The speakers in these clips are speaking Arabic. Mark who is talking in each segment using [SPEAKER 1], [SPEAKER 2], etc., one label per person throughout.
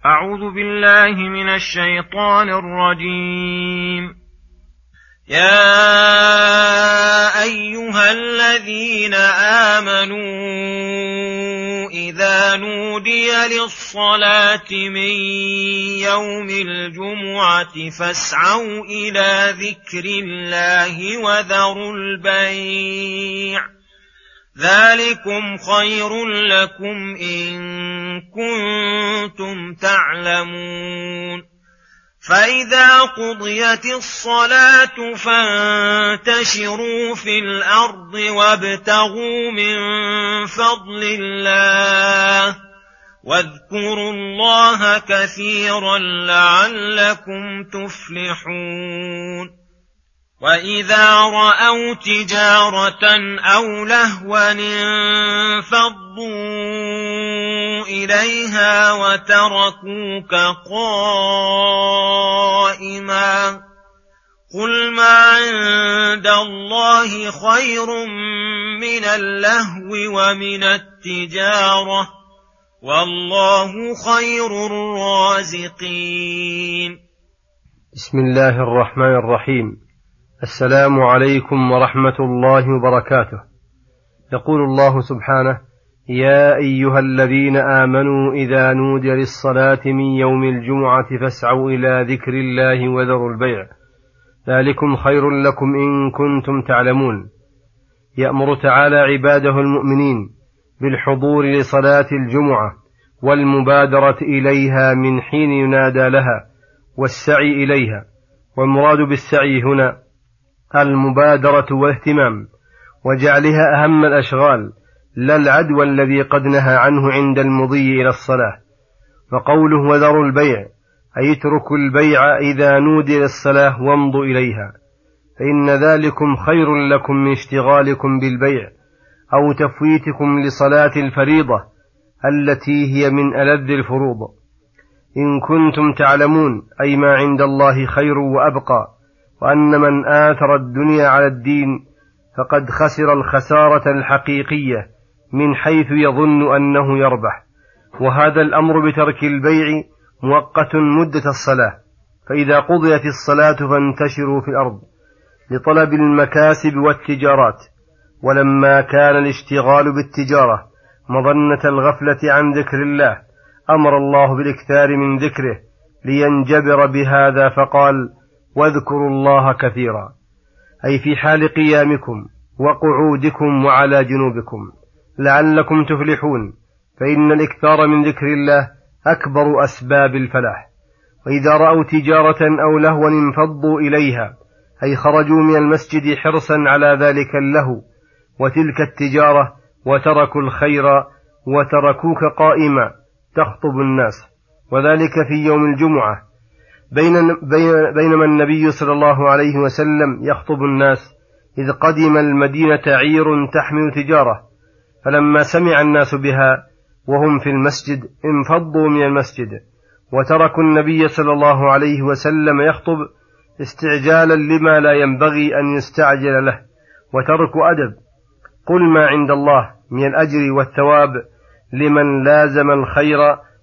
[SPEAKER 1] أعوذ بالله من الشيطان الرجيم. يا أيها الذين آمنوا إذا نودي للصلاة من يوم الجمعة فاسعوا إلى ذكر الله وذروا البيع ذلكم خير لكم إن كنتم تعلمون. فإذا قضيت الصلاة فانتشروا في الأرض وابتغوا من فضل الله واذكروا الله كثيرا لعلكم تفلحون. وإذا رأوا تجارة أو لهوا انفضوا إليها وتركوك قائما قل ما عند الله خير من اللهو ومن التجارة والله خير الرازقين.
[SPEAKER 2] بسم الله الرحمن الرحيم. السلام عليكم ورحمة الله وبركاته. يقول الله سبحانه: يا أيها الذين آمنوا إذا نودي للصلاة من يوم الجمعة فاسعوا إلى ذكر الله وذروا البيع ذلكم خير لكم إن كنتم تعلمون. يأمر تعالى عباده المؤمنين بالحضور لصلاة الجمعة والمبادرة إليها من حين ينادى لها والسعي إليها. والمراد بالسعي هنا المبادرة والاهتمام وجعلها أهم الأشغال لا العدوى الذي قد نهى عنه عند المضي إلى الصلاة. وقوله وذروا البيع أي اتركوا البيع إذا نودي للصلاة وامضوا إليها، فإن ذلكم خير لكم من اشتغالكم بالبيع أو تفويتكم لصلاة الفريضة التي هي من ألذ الفروض. إن كنتم تعلمون أي ما عند الله خير وأبقى، وأن من آثر الدنيا على الدين فقد خسر الخسارة الحقيقية من حيث يظن أنه يربح. وهذا الأمر بترك البيع مؤقت مدة الصلاة، فإذا قضيت الصلاة فانتشروا في الأرض لطلب المكاسب والتجارات. ولما كان الاشتغال بالتجارة مظنة الغفلة عن ذكر الله أمر الله بالإكثار من ذكره لينجبر بهذا، فقال: واذكروا الله كثيرا، أي في حال قيامكم وقعودكم وعلى جنوبكم لعلكم تفلحون، فإن الإكثار من ذكر الله أكبر أسباب الفلاح. وإذا رأوا تجارة أو لهوا انفضوا إليها، أي خرجوا من المسجد حرصا على ذلك اللهو وتلك التجارة وتركوا الخير وتركوك قائما تخطب الناس، وذلك في يوم الجمعة بينما النبي صلى الله عليه وسلم يخطب الناس إذ قدم المدينة عير تحمل تجارة، فلما سمع الناس بها وهم في المسجد انفضوا من المسجد وتركوا النبي صلى الله عليه وسلم يخطب استعجالا لما لا ينبغي أن يستعجل له، وتركوا أدب قل ما عند الله من الأجر والثواب لمن لازم الخير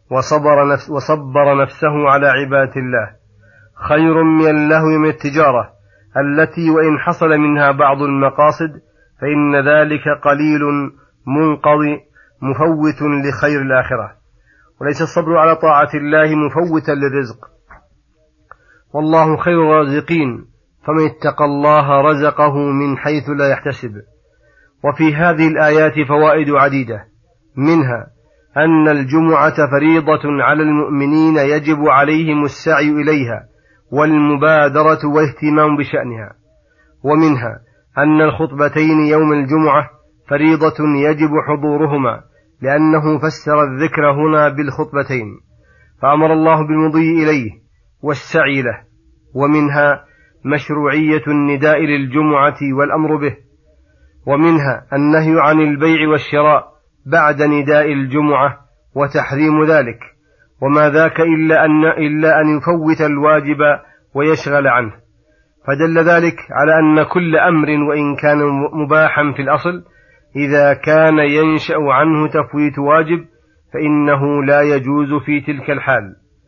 [SPEAKER 2] وصبر نفسه على عبادة الله خير من اللهو من التجارة التي وإن حصل منها بعض المقاصد فإن ذلك قليل منقضي مفوت لخير الآخرة. وليس الصبر على طاعة الله مفوتا للرزق، والله خير الرازقين، فمن اتقى الله رزقه من حيث لا يحتسب. وفي هذه الآيات فوائد عديدة، منها أن الجمعة فريضة على المؤمنين يجب عليهم السعي إليها والمبادرة والاهتمام بشأنها. ومنها أن الخطبتين يوم الجمعة فريضة يجب حضورهما، لأنه فسر الذكر هنا بالخطبتين فأمر الله بالمضي إليه والسعي له. ومنها مشروعية النداء للجمعة والأمر به. ومنها النهي عن البيع والشراء بعد نداء الجمعة وتحريم ذلك، وما ذاك إلا أن يفوت الواجب ويشغل عنه. فدل ذلك على أن كل أمر وإن كان مباحا في الأصل إذا كان ينشأ عنه تفويت واجب فإنه لا يجوز في تلك الحال.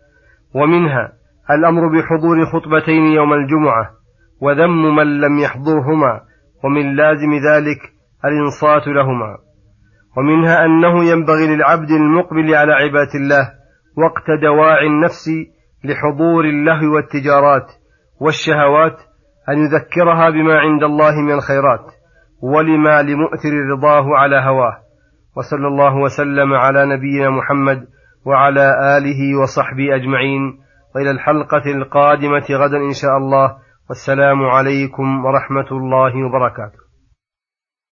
[SPEAKER 2] ومنها الأمر بحضور خطبتين يوم الجمعة وذم من لم يحضرهما، ومن لازم ذلك الإنصات لهما. ومنها أنه ينبغي للعبد المقبل على عبادة الله وقت دواعي النفس لحضور اللهو والتجارات والشهوات أن يذكرها بما عند الله من الخيرات ولما لمؤثر رضاه على هواه. وصلى الله وسلم على نبينا محمد وعلى آله وصحبه أجمعين، وإلى الحلقة القادمة غدا إن شاء الله، والسلام عليكم ورحمة الله وبركاته.